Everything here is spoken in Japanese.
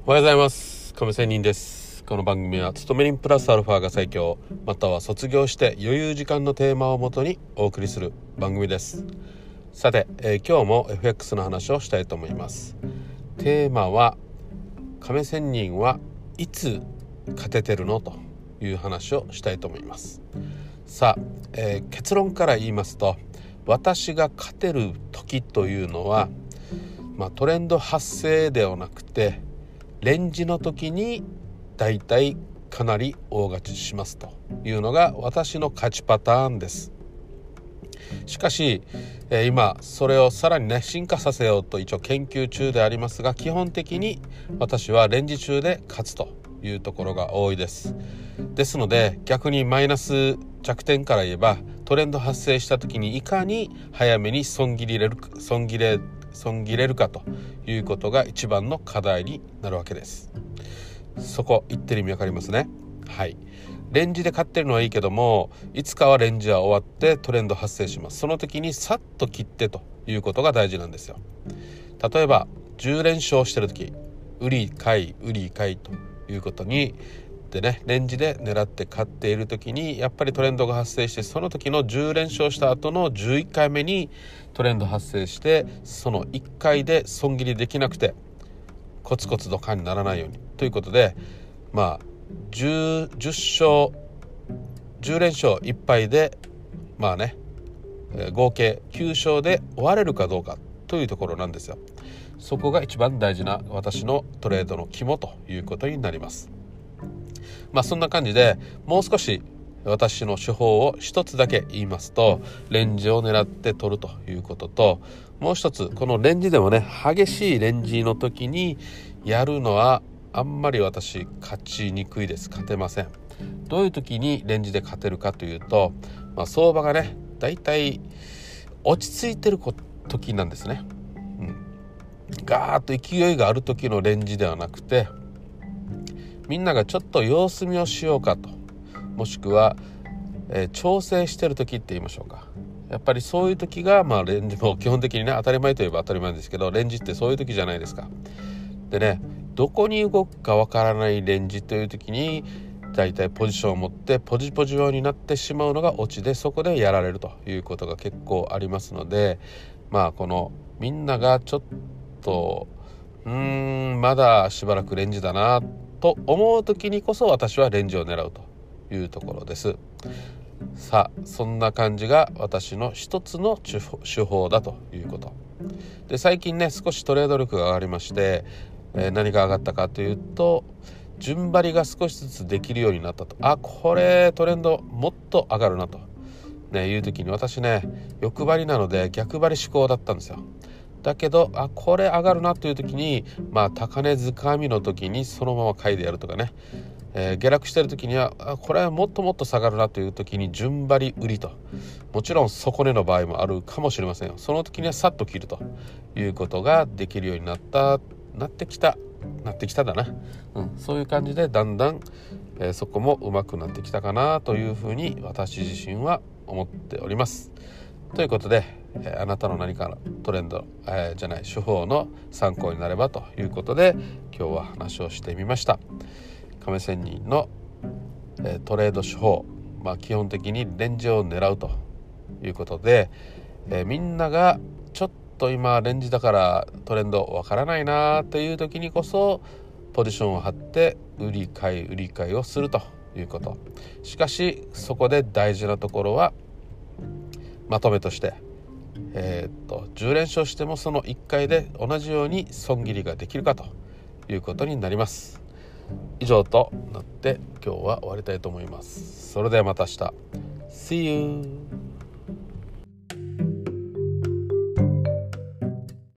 おはようございます。亀仙人です。この番組は勤め人プラスアルファが最強、または卒業して余裕時間のテーマをもとにお送りする番組です。さて、今日も FX の話をしたいと思います。テーマは亀仙人はいつ勝ててるのという話をしたいと思います。さあ、結論から言いますと、私が勝てる時というのは、トレンド発生ではなくてレンジの時にだいたいかなり大勝ちしますというのが私の勝ちパターンです。しかし、今それをさらに進化させようと一応研究中でありますが、基本的に私はレンジ中で勝つというところが多いです。ですので逆にマイナス弱点から言えば、トレンド発生した時にいかに早めに損切れるかということが一番の課題になるわけです。そこ言ってる意味わかりますね。はい。レンジで買ってるのはいいけども、いつかはレンジは終わってトレンド発生します。その時にさっと切ってということが大事なんですよ。例えば10連勝してる時、売り買いということにでね、レンジで狙って買っている時にやっぱりトレンドが発生して、その時の10連勝した後の11回目にトレンド発生して、その1回で損切りできなくてコツコツドカンにならないようにということで、10連勝1敗で合計9勝で終われるかどうかというところなんですよ。そこが一番大事な私のトレードの肝ということになります。そんな感じで、もう少し私の手法を一つだけ言いますと、レンジを狙って取るということと、もう一つ、このレンジでもね、激しいレンジの時にやるのはあんまり私勝ちにくいです。勝てません。どういう時にレンジで勝てるかというと、相場がねだいたい落ち着いてる時なんですね。ガーッと勢いがある時のレンジではなくて、みんながちょっと様子見をしようかと、もしくは、調整してる時って言いましょうか。やっぱりそういう時が、レンジも基本的にね、当たり前といえば当たり前ですけど、レンジってそういう時じゃないですか。でね、どこに動くかわからないレンジという時にだいたいポジションを持ってポジ用になってしまうのがオチで、そこでやられるということが結構ありますので、このみんながちょっとまだしばらくレンジだなと思う時にこそ私はレンジを狙うというところです。さあ、そんな感じが私の一つの手法だということで、最近ね少しトレード力が上がりまして、何が上がったかというと、順張りが少しずつできるようになったと。これトレンドもっと上がるなと、いう時に、私ね欲張りなので逆張り志向だったんですよ。だけどこれ上がるなという時に、高値掴みの時にそのまま買いでやるとかね、下落してる時にはこれはもっともっと下がるなという時に順張り売りと、もちろん底値の場合もあるかもしれませんよ。その時にはさっと切るということができるようになってきただな、そういう感じでだんだん、そこも上手くなってきたかなというふうに私自身は思っております。ということで、あなたの何かのトレンド、手法の参考になればということで、今日は話をしてみました。亀仙人の、トレード手法、基本的にレンジを狙うということで、みんながちょっと今レンジだからトレンドわからないなという時にこそポジションを張って売り買いをするということ。しかしそこで大事なところは、まとめとして、10連勝してもその1回で同じように損切りができるかということになります。以上となって今日は終わりたいと思います。それではまた明日。See you!